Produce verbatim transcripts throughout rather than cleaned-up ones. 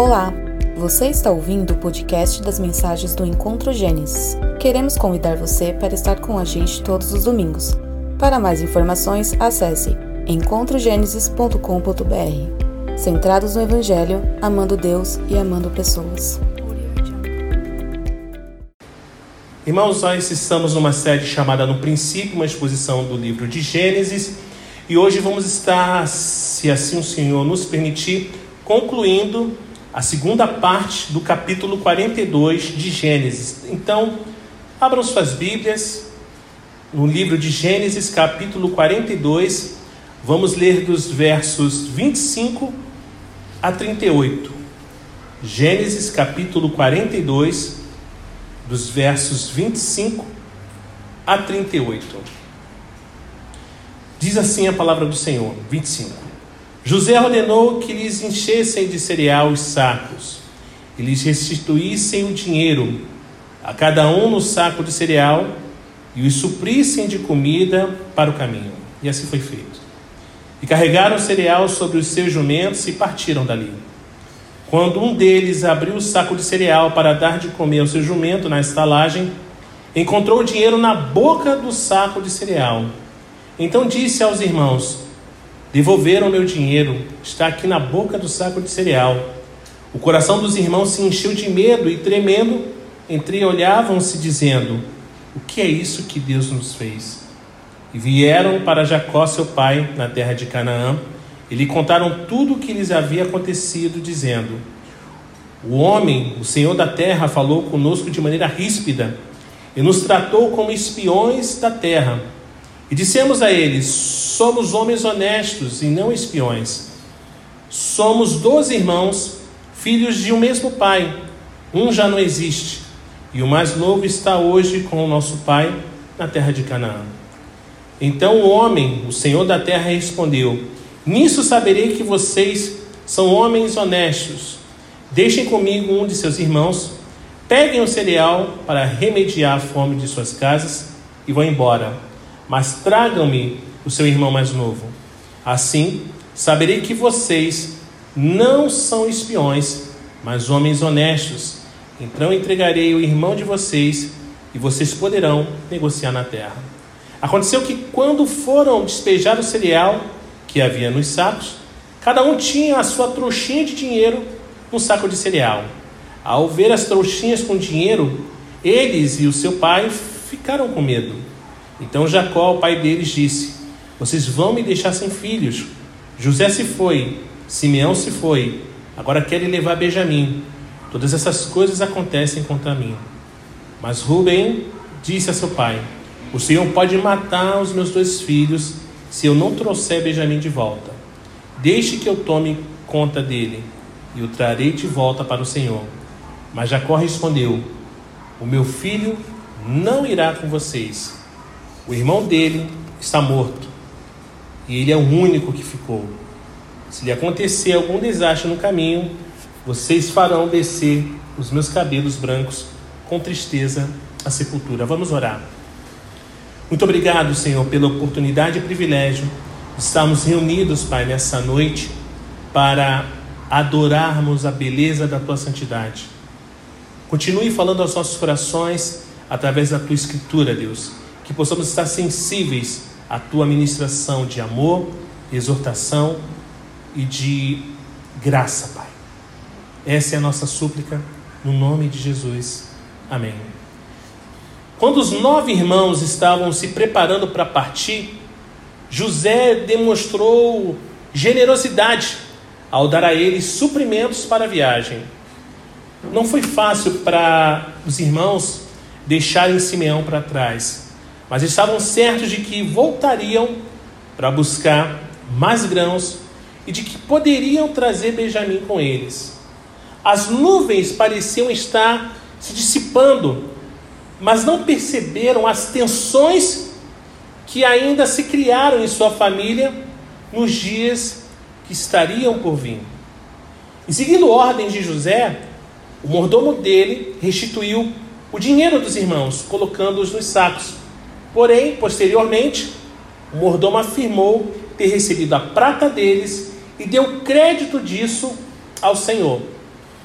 Olá, você está ouvindo o podcast das mensagens do Encontro Gênesis. Queremos convidar você para estar com a gente todos os domingos. Para mais informações, acesse encontro genesis ponto com ponto b r. Centrados no Evangelho, amando Deus e amando pessoas. Irmãos, nós estamos numa série chamada No Princípio, uma exposição do livro de Gênesis, e hoje vamos estar, se assim o Senhor nos permitir, concluindo a segunda parte do capítulo quarenta e dois de Gênesis. Então, abram suas Bíblias no livro de Gênesis, capítulo quarenta e dois, vamos ler dos versos vinte e cinco a trinta e oito. Gênesis, capítulo quarenta e dois, dos versos vinte e cinco a trinta e oito. Diz assim a palavra do Senhor, vinte e cinco. José ordenou que lhes enchessem de cereal os sacos e lhes restituíssem o dinheiro, a cada um no saco de cereal, e os suprissem de comida para o caminho. E assim foi feito. E carregaram o cereal sobre os seus jumentos e partiram dali. Quando um deles abriu o saco de cereal para dar de comer ao seu jumento na estalagem, encontrou o dinheiro na boca do saco de cereal. Então disse aos irmãos: devolveram meu dinheiro, está aqui na boca do saco de cereal. O coração dos irmãos se encheu de medo e, tremendo, entreolhavam-se, dizendo: o que é isso que Deus nos fez? E vieram para Jacó, seu pai, na terra de Canaã, e lhe contaram tudo o que lhes havia acontecido, dizendo: o homem, o Senhor da terra, falou conosco de maneira ríspida e nos tratou como espiões da terra. E dissemos a eles: somos homens honestos e não espiões. Somos doze irmãos, filhos de um mesmo pai. Um já não existe, e o mais novo está hoje com o nosso pai na terra de Canaã. Então o homem, o Senhor da terra, respondeu: nisso saberei que vocês são homens honestos. Deixem comigo um de seus irmãos, peguem o cereal para remediar a fome de suas casas e vão embora. Mas tragam-me o seu irmão mais novo. Assim, saberei que vocês não são espiões, mas homens honestos. Então entregarei o irmão de vocês e vocês poderão negociar na terra. Aconteceu que quando foram despejar o cereal que havia nos sacos, cada um tinha a sua trouxinha de dinheiro no saco de cereal. Ao ver as trouxinhas com dinheiro, eles e o seu pai ficaram com medo. Então Jacó, o pai deles, disse: vocês vão me deixar sem filhos. José se foi, Simeão se foi, agora querem levar Benjamim. Todas essas coisas acontecem contra mim. Mas Rubem disse a seu pai: o Senhor pode matar os meus dois filhos se eu não trouxer Benjamim de volta. Deixe que eu tome conta dele e o trarei de volta para o Senhor. Mas Jacó respondeu: o meu filho não irá com vocês. O irmão dele está morto e ele é o único que ficou. Se lhe acontecer algum desastre no caminho, vocês farão descer os meus cabelos brancos com tristeza à sepultura. Vamos orar. Muito obrigado, Senhor, pela oportunidade e privilégio de estarmos reunidos, Pai, nessa noite para adorarmos a beleza da Tua santidade. Continue falando aos nossos corações através da Tua Escritura, Deus. Que possamos estar sensíveis à Tua ministração de amor, exortação e de graça, Pai. Essa é a nossa súplica, no nome de Jesus. Amém. Quando os nove irmãos estavam se preparando para partir, José demonstrou generosidade ao dar a eles suprimentos para a viagem. Não foi fácil para os irmãos deixarem Simeão para trás, mas estavam certos de que voltariam para buscar mais grãos e de que poderiam trazer Benjamim com eles. As nuvens pareciam estar se dissipando, mas não perceberam as tensões que ainda se criaram em sua família nos dias que estariam por vir. E seguindo ordens de José, o mordomo dele restituiu o dinheiro dos irmãos, colocando-os nos sacos. Porém, posteriormente, o mordomo afirmou ter recebido a prata deles e deu crédito disso ao Senhor.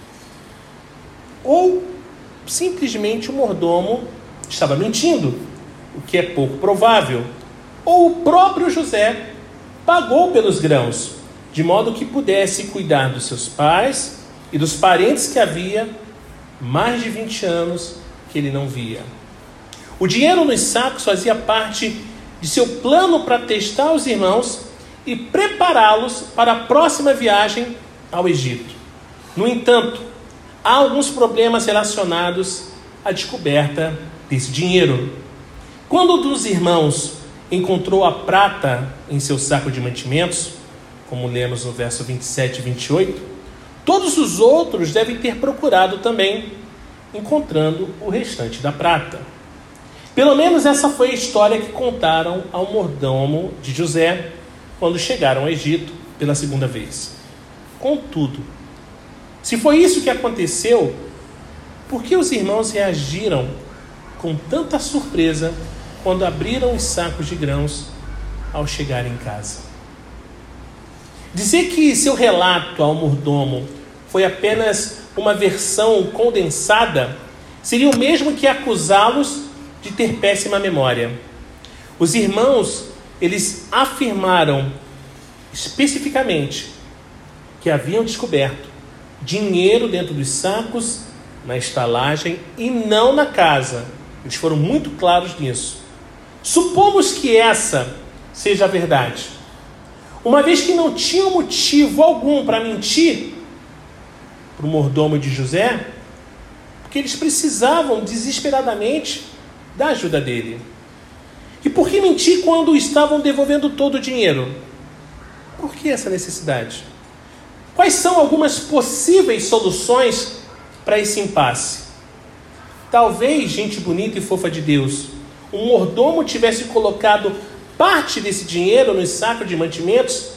ou simplesmente o mordomo estava mentindo, o que é pouco provável, ou o próprio José pagou pelos grãos, de modo que pudesse cuidar dos seus pais e dos parentes que havia mais de vinte anos que ele não via. O dinheiro nos sacos fazia parte de seu plano para testar os irmãos e prepará-los para a próxima viagem ao Egito. No entanto, há alguns problemas relacionados à descoberta desse dinheiro. Quando um dos irmãos encontrou a prata em seu saco de mantimentos, como lemos no verso vinte e sete e vinte e oito, todos os outros devem ter procurado também, encontrando o restante da prata. Pelo menos essa foi a história que contaram ao mordomo de José quando chegaram ao Egito pela segunda vez. Contudo, se foi isso que aconteceu, por que os irmãos reagiram com tanta surpresa quando abriram os sacos de grãos ao chegar em casa? Dizer que seu relato ao mordomo foi apenas uma versão condensada seria o mesmo que acusá-los de ter péssima memória. Os irmãos, eles afirmaram especificamente que haviam descoberto dinheiro dentro dos sacos, na estalagem e não na casa. Eles foram muito claros nisso. Supomos que essa seja a verdade. Uma vez que não tinham motivo algum para mentir para o mordomo de José, porque eles precisavam desesperadamente da ajuda dele. E por que mentir quando estavam devolvendo todo o dinheiro? Por que essa necessidade? Quais são algumas possíveis soluções para esse impasse? Talvez, gente bonita e fofa de Deus, o mordomo tivesse colocado parte desse dinheiro nos sacos de mantimentos,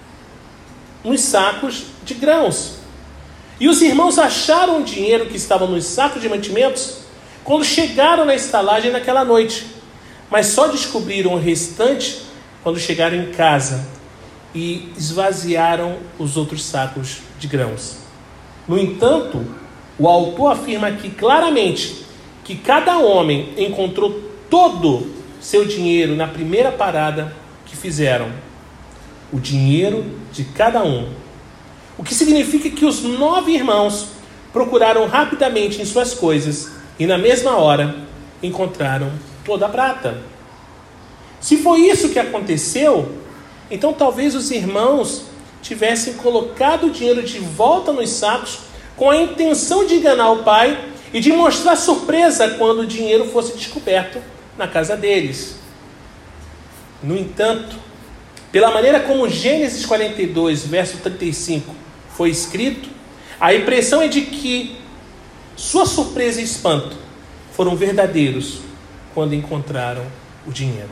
nos sacos de grãos. E os irmãos acharam o dinheiro que estava nos sacos de mantimentos quando chegaram na estalagem naquela noite, mas só descobriram o restante quando chegaram em casa e esvaziaram os outros sacos de grãos. No entanto, o autor afirma aqui claramente que cada homem encontrou todo seu dinheiro na primeira parada que fizeram. O dinheiro de cada um. O que significa que os nove irmãos procuraram rapidamente em suas coisas e na mesma hora encontraram toda a prata. Se foi isso que aconteceu, então talvez os irmãos tivessem colocado o dinheiro de volta nos sacos com a intenção de enganar o pai e de mostrar surpresa quando o dinheiro fosse descoberto na casa deles. No entanto, pela maneira como Gênesis quarenta e dois, verso trinta e cinco foi escrito, a impressão é de que sua surpresa e espanto foram verdadeiros quando encontraram o dinheiro.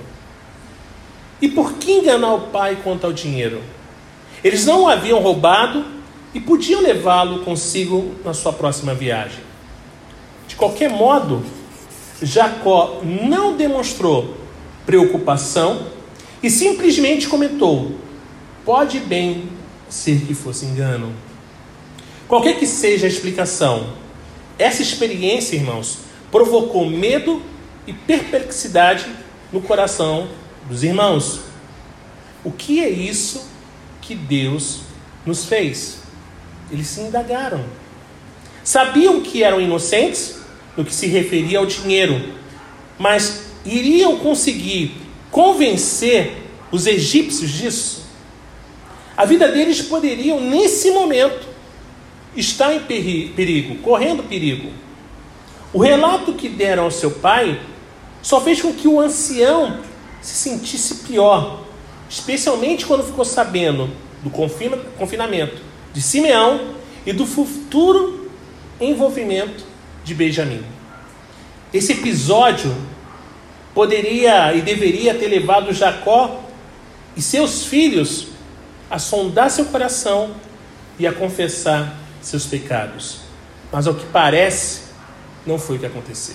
E por que enganar o pai quanto ao dinheiro? Eles não o haviam roubado e podiam levá-lo consigo na sua próxima viagem. De qualquer modo, Jacó não demonstrou preocupação e simplesmente comentou: pode bem ser que fosse engano. Qualquer que seja a explicação, essa experiência, irmãos, provocou medo e perplexidade no coração dos irmãos. O que é isso que Deus nos fez? Eles se indagaram. Sabiam que eram inocentes no que se referia ao dinheiro, mas iriam conseguir convencer os egípcios disso? A vida deles poderiam, nesse momento, estar em perigo, correndo perigo. O relato que deram ao seu pai só fez com que o ancião se sentisse pior, especialmente quando ficou sabendo do confina, confinamento de Simeão e do futuro envolvimento de Benjamim. Esse episódio poderia e deveria ter levado Jacó e seus filhos a sondar seu coração e a confessar seus pecados. Mas ao que parece, não foi o que aconteceu.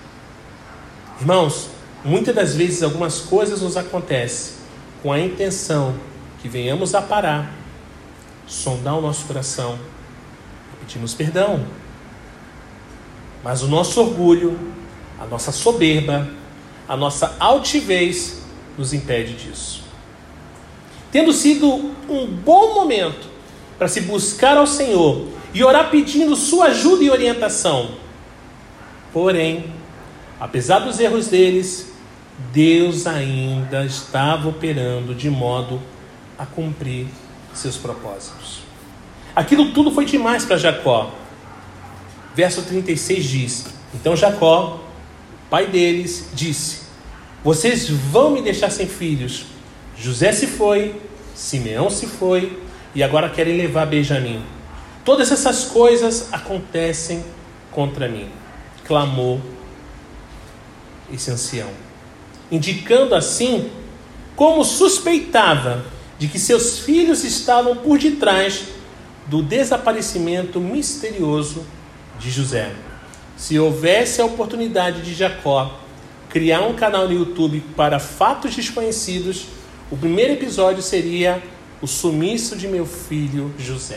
Irmãos, muitas das vezes algumas coisas nos acontecem com a intenção que venhamos a parar, sondar o nosso coração e pedirmos perdão. Mas o nosso orgulho, a nossa soberba, a nossa altivez nos impede disso. Tendo sido um bom momento para se buscar ao Senhor e orar pedindo sua ajuda e orientação, porém, apesar dos erros deles, Deus ainda estava operando de modo a cumprir seus propósitos. Aquilo tudo foi demais para Jacó. Verso trinta e seis diz: então Jacó, pai deles, disse: vocês vão me deixar sem filhos. José se foi, Simeão se foi, e agora querem levar Benjamim. Todas essas coisas acontecem contra mim, clamou esse ancião, indicando assim como suspeitava de que seus filhos estavam por detrás do desaparecimento misterioso de José. Se houvesse a oportunidade de Jacó criar um canal no YouTube para fatos desconhecidos, o primeiro episódio seria o sumiço de meu filho José.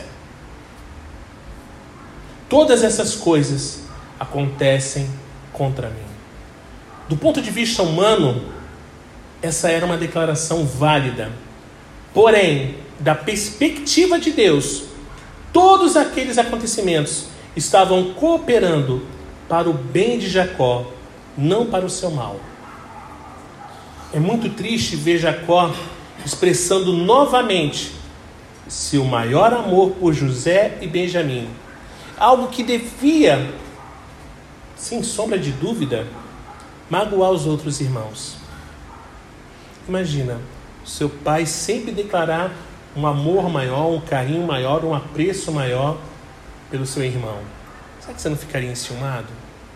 Todas essas coisas acontecem contra mim. Do ponto de vista humano, essa era uma declaração válida. Porém, da perspectiva de Deus, todos aqueles acontecimentos estavam cooperando para o bem de Jacó, não para o seu mal. É muito triste ver Jacó expressando novamente seu maior amor por José e Benjamim, algo que devia, sem sombra de dúvida, magoar os outros irmãos. Imagina, seu pai sempre declarar um amor maior, um carinho maior, um apreço maior pelo seu irmão. Será que você não ficaria enciumado?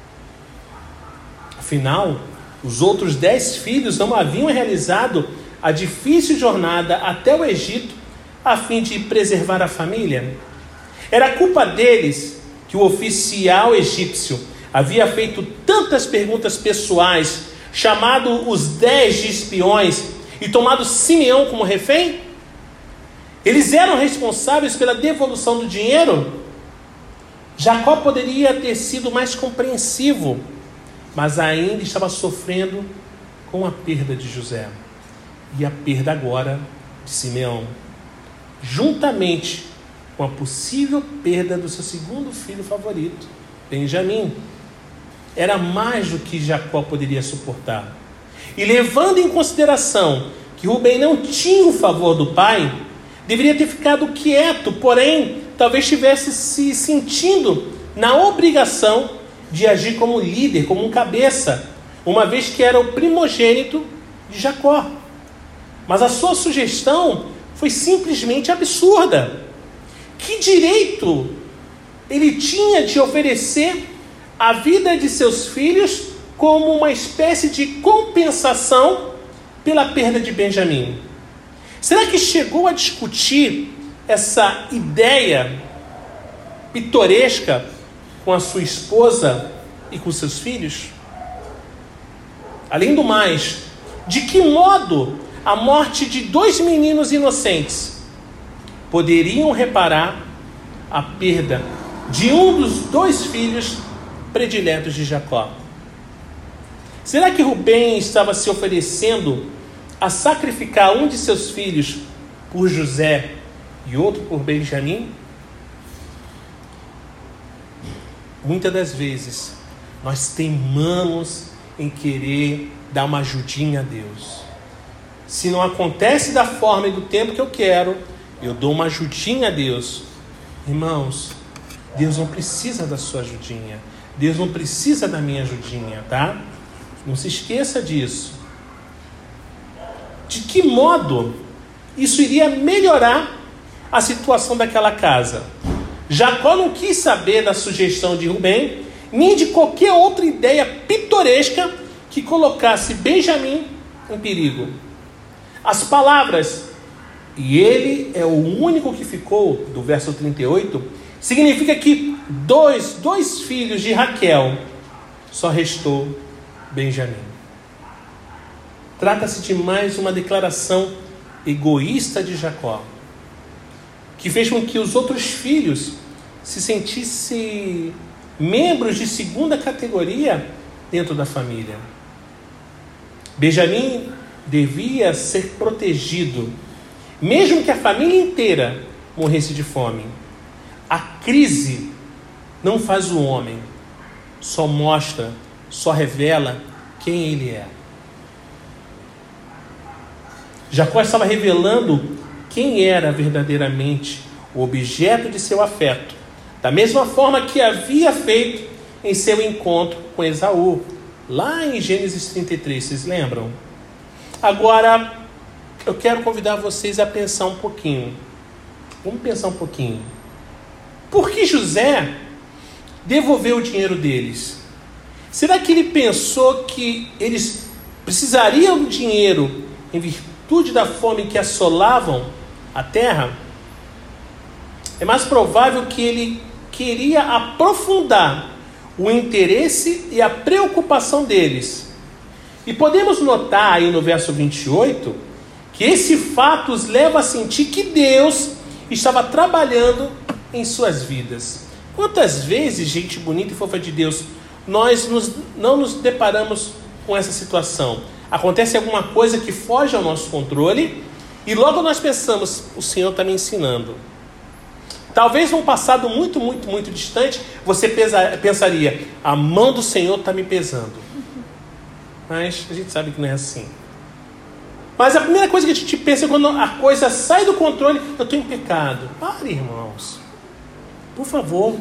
Afinal, os outros dez filhos não haviam realizado a difícil jornada até o Egito a fim de preservar a família? Era culpa deles que o oficial egípcio havia feito tantas perguntas pessoais, chamado os dez de espiões e tomado Simeão como refém? Eles eram responsáveis pela devolução do dinheiro? Jacó poderia ter sido mais compreensivo, mas ainda estava sofrendo com a perda de José e a perda agora de Simeão, juntamente com a possível perda do seu segundo filho favorito, Benjamim. Era mais do que Jacó poderia suportar. E levando em consideração que Rubem não tinha o favor do pai, deveria ter ficado quieto, porém, talvez estivesse se sentindo na obrigação de agir como líder, como um cabeça, uma vez que era o primogênito de Jacó. Mas a sua sugestão foi simplesmente absurda. Que direito ele tinha de oferecer a vida de seus filhos como uma espécie de compensação pela perda de Benjamim? Será que chegou a discutir essa ideia pitoresca com a sua esposa e com seus filhos? Além do mais, de que modo a morte de dois meninos inocentes poderiam reparar a perda de um dos dois filhos prediletos de Jacó? Será que Rubem estava se oferecendo a sacrificar um de seus filhos por José e outro por Benjamim? Muitas das vezes nós teimamos em querer dar uma ajudinha a Deus. Se não acontece da forma e do tempo que eu quero, eu dou uma ajudinha a Deus. Irmãos, Deus não precisa da sua ajudinha. Deus não precisa da minha ajudinha, tá? Não se esqueça disso. De que modo isso iria melhorar a situação daquela casa? Jacó não quis saber da sugestão de Rubem, nem de qualquer outra ideia pitoresca que colocasse Benjamim em perigo. As palavras, e ele é o único que ficou, do verso trinta e oito, significa que dois, dois filhos de Raquel, só restou Benjamim. Trata-se de mais uma declaração egoísta de Jacó, que fez com que os outros filhos se sentissem membros de segunda categoria dentro da família. Benjamim devia ser protegido, mesmo que a família inteira morresse de fome. A crise não faz o homem, só mostra, só revela quem ele é. Jacó estava revelando quem era verdadeiramente o objeto de seu afeto, da mesma forma que havia feito em seu encontro com Esaú, lá em Gênesis trinta e três, vocês lembram? Agora, eu quero convidar vocês a pensar um pouquinho. Vamos pensar um pouquinho. Por que José devolveu o dinheiro deles? Será que ele pensou que eles precisariam do dinheiro em virtude da fome que assolavam a terra? É mais provável que ele queria aprofundar o interesse e a preocupação deles. E podemos notar aí no verso vinte e oito que esse fato os leva a sentir que Deus estava trabalhando em suas vidas. Quantas vezes, gente bonita e fofa de Deus, nós nos, não nos deparamos com essa situação? Acontece alguma coisa que foge ao nosso controle e logo nós pensamos, o Senhor está me ensinando. Talvez num passado muito, muito, muito distante, você pesa, pensaria, a mão do Senhor está me pesando. Mas a gente sabe que não é assim. Mas a primeira coisa que a gente pensa é quando a coisa sai do controle, eu estou em pecado. Pare, irmãos. Por favor.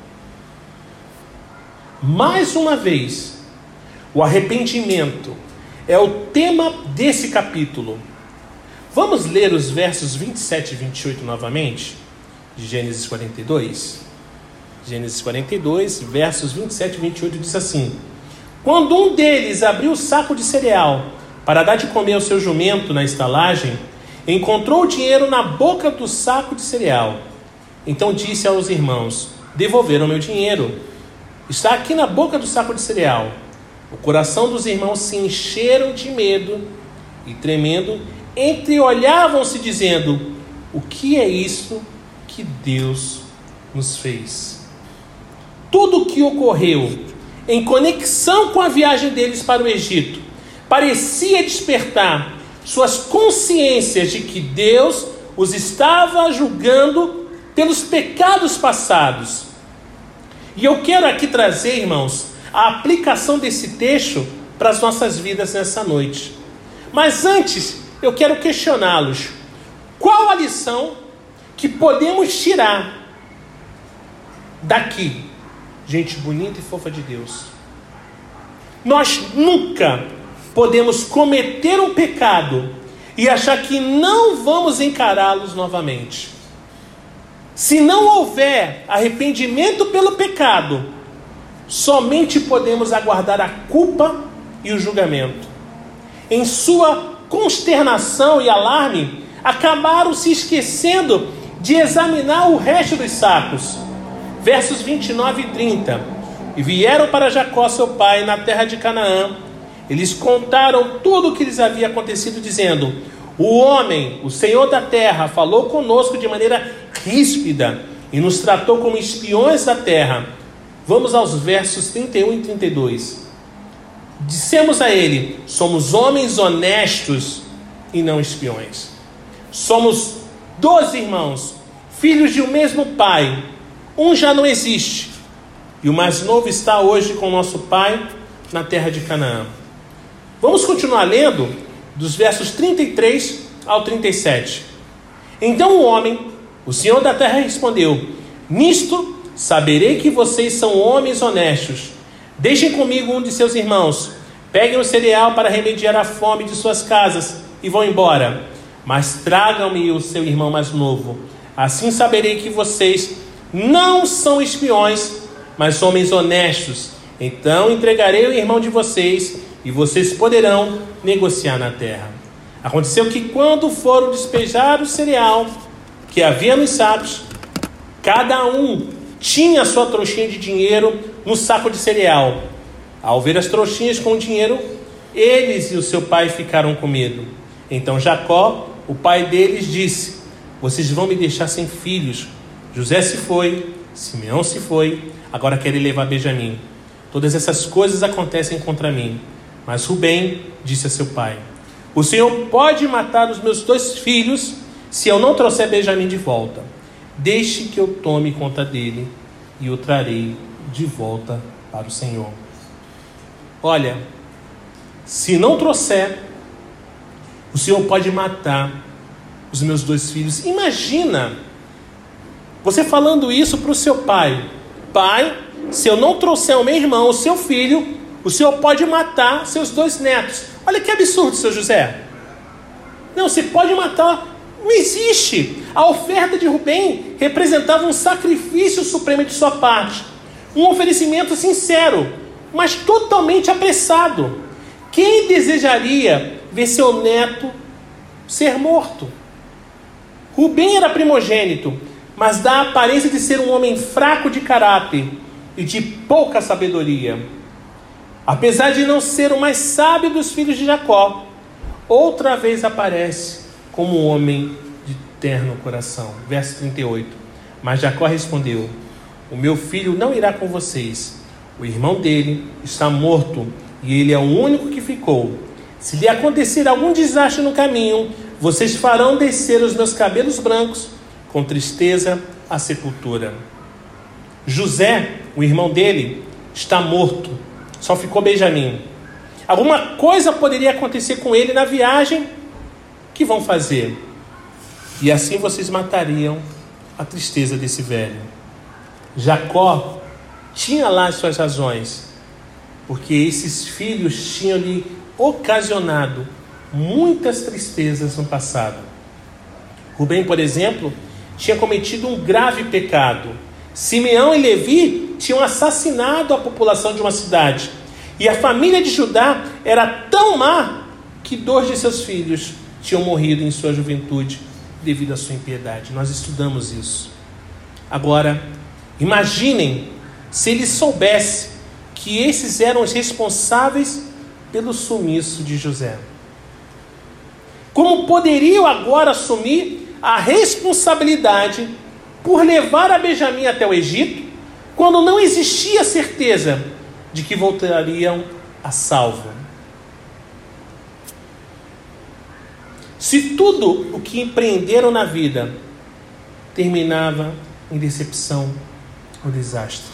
Mais uma vez, o arrependimento é o tema desse capítulo. Vamos ler os versos vinte e sete e vinte e oito novamente? De Gênesis quarenta e dois. Gênesis quarenta e dois, versos vinte e sete e vinte e oito diz assim: quando um deles abriu o saco de cereal para dar de comer ao seu jumento na estalagem, encontrou o dinheiro na boca do saco de cereal. Então disse aos irmãos: devolveram meu dinheiro. Está aqui na boca do saco de cereal. O coração dos irmãos se encheram de medo e, tremendo, entreolhavam-se dizendo: o que é isso que Deus nos fez? Tudo o que ocorreu em conexão com a viagem deles para o Egito parecia despertar suas consciências de que Deus os estava julgando pelos pecados passados. E eu quero aqui trazer, irmãos, a aplicação desse texto para as nossas vidas nessa noite. Mas antes, eu quero questioná-los. Qual a lição que podemos tirar daqui, gente bonita e fofa de Deus? Nós nunca podemos cometer um pecado e achar que não vamos encará-los novamente. Se não houver arrependimento pelo pecado, somente podemos aguardar a culpa e o julgamento. Em sua consternação e alarme, acabaram se esquecendo de examinar o resto dos sacos. Versos vinte e nove e trinta. E vieram para Jacó seu pai na terra de Canaã. Eles contaram tudo o que lhes havia acontecido, dizendo: o homem, o Senhor da terra, falou conosco de maneira ríspida e nos tratou como espiões da terra. Vamos aos versos trinta e um e trinta e dois. Dissemos a ele: somos homens honestos e não espiões. Somos doze irmãos, filhos de um mesmo pai. Um já não existe, e o mais novo está hoje com nosso pai na terra de Canaã. Vamos continuar lendo dos versos trinta e três ao trinta e sete. Então o homem, o Senhor da terra, respondeu: nisto saberei que vocês são homens honestos. Deixem comigo um de seus irmãos, peguem o cereal para remediar a fome de suas casas e vão embora. Mas tragam-me o seu irmão mais novo. Assim saberei que vocês não são espiões, mas homens honestos. Então entregarei o irmão de vocês e vocês poderão negociar na terra. Aconteceu que quando foram despejar o cereal que havia nos sacos, cada um tinha sua trouxinha de dinheiro no saco de cereal. Ao ver as trouxinhas com o dinheiro, eles e o seu pai ficaram com medo. Então Jacó, o pai deles, disse: vocês vão me deixar sem filhos. José se foi Simeão se foi, agora querem levar Benjamim. Todas essas coisas acontecem contra mim. Mas Rubem disse a seu pai: o Senhor pode matar os meus dois filhos se eu não trouxer Benjamim de volta. Deixe que eu tome conta dele e o trarei de volta para o Senhor. Olha, se não trouxer, o Senhor pode matar os meus dois filhos. Imagina você falando isso para o seu pai: pai, se eu não trouxer o meu irmão, o seu filho, o Senhor pode matar seus dois netos. Olha que absurdo, seu José. Não, você pode matar. Não existe. A oferta de Rubem representava um sacrifício supremo de sua parte, um oferecimento sincero, mas totalmente apressado. Quem desejaria ver seu neto ser morto? Rubem era primogênito, mas dá a aparência de ser um homem fraco de caráter e de pouca sabedoria. Apesar de não ser o mais sábio dos filhos de Jacó, outra vez aparece como um homem de terno coração. Verso trinta e oito. Mas Jacó respondeu: o meu filho não irá com vocês. O irmão dele está morto e ele é o único que ficou. Se lhe acontecer algum desastre no caminho, vocês farão descer os meus cabelos brancos com tristeza à sepultura. José, o irmão dele, está morto. Só ficou Benjamim. Alguma coisa poderia acontecer com ele na viagem. O que vão fazer? E assim vocês matariam a tristeza desse velho. Jacó tinha lá as suas razões, porque esses filhos tinham lhe ocasionado muitas tristezas no passado. Rubem, por exemplo, tinha cometido um grave pecado. Simeão e Levi tinham assassinado a população de uma cidade. E a família de Judá era tão má que dois de seus filhos tinham morrido em sua juventude devido à sua impiedade. Nós estudamos isso. Agora, imaginem se ele soubesse que esses eram os responsáveis pelo sumiço de José. Como poderiam agora assumir a responsabilidade por levar a Benjamim até o Egito, quando não existia certeza de que voltariam a salvo? Se tudo o que empreenderam na vida terminava em decepção ou desastre.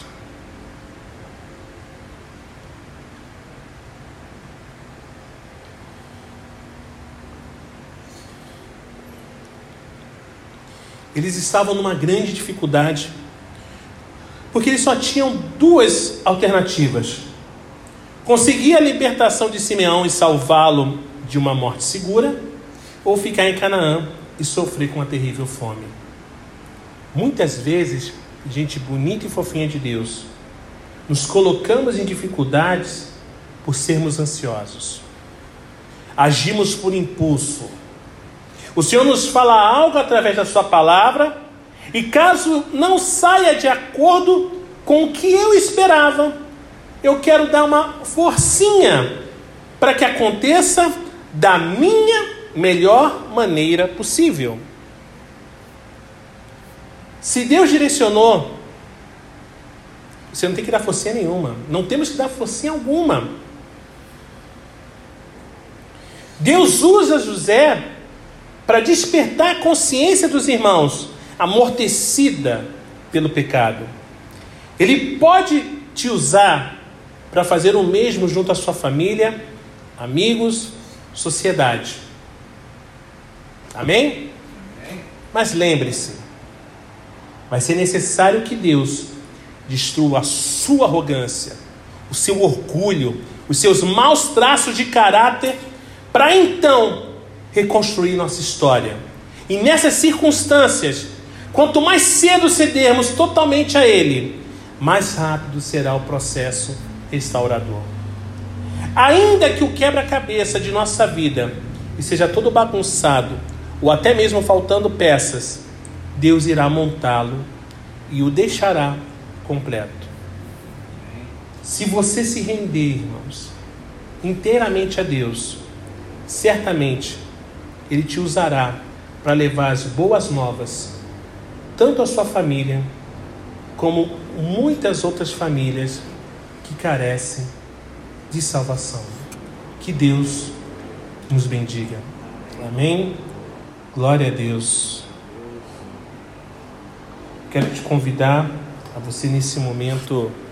Eles estavam numa grande dificuldade, porque eles só tinham duas alternativas: conseguir a libertação de Simeão e salvá-lo de uma morte segura, ou ficar em Canaã e sofrer com a terrível fome. Muitas vezes, gente bonita e fofinha de Deus, nos colocamos em dificuldades por sermos ansiosos. Agimos por impulso. O Senhor nos fala algo através da sua palavra, e caso não saia de acordo com o que eu esperava, eu quero dar uma forcinha para que aconteça da minha melhor maneira possível. Se Deus direcionou, você não tem que dar forcinha nenhuma. Não temos que dar forcinha alguma. Deus usa José para despertar a consciência dos irmãos, amortecida pelo pecado. Ele pode te usar para fazer o mesmo junto à sua família, amigos, sociedade. Amém? Amém. Mas lembre-se, vai ser necessário que Deus destrua a sua arrogância, o seu orgulho, os seus maus traços de caráter, para então reconstruir nossa história. E nessas circunstâncias, quanto mais cedo cedermos totalmente a Ele, mais rápido será o processo restaurador. Ainda que o quebra-cabeça de nossa vida esteja todo bagunçado, ou até mesmo faltando peças, Deus irá montá-lo e o deixará completo. Se você se render, irmãos, inteiramente a Deus, certamente Ele te usará para levar as boas novas, tanto à sua família, como muitas outras famílias que carecem de salvação. Que Deus nos bendiga. Amém? Glória a Deus. Quero te convidar a você nesse momento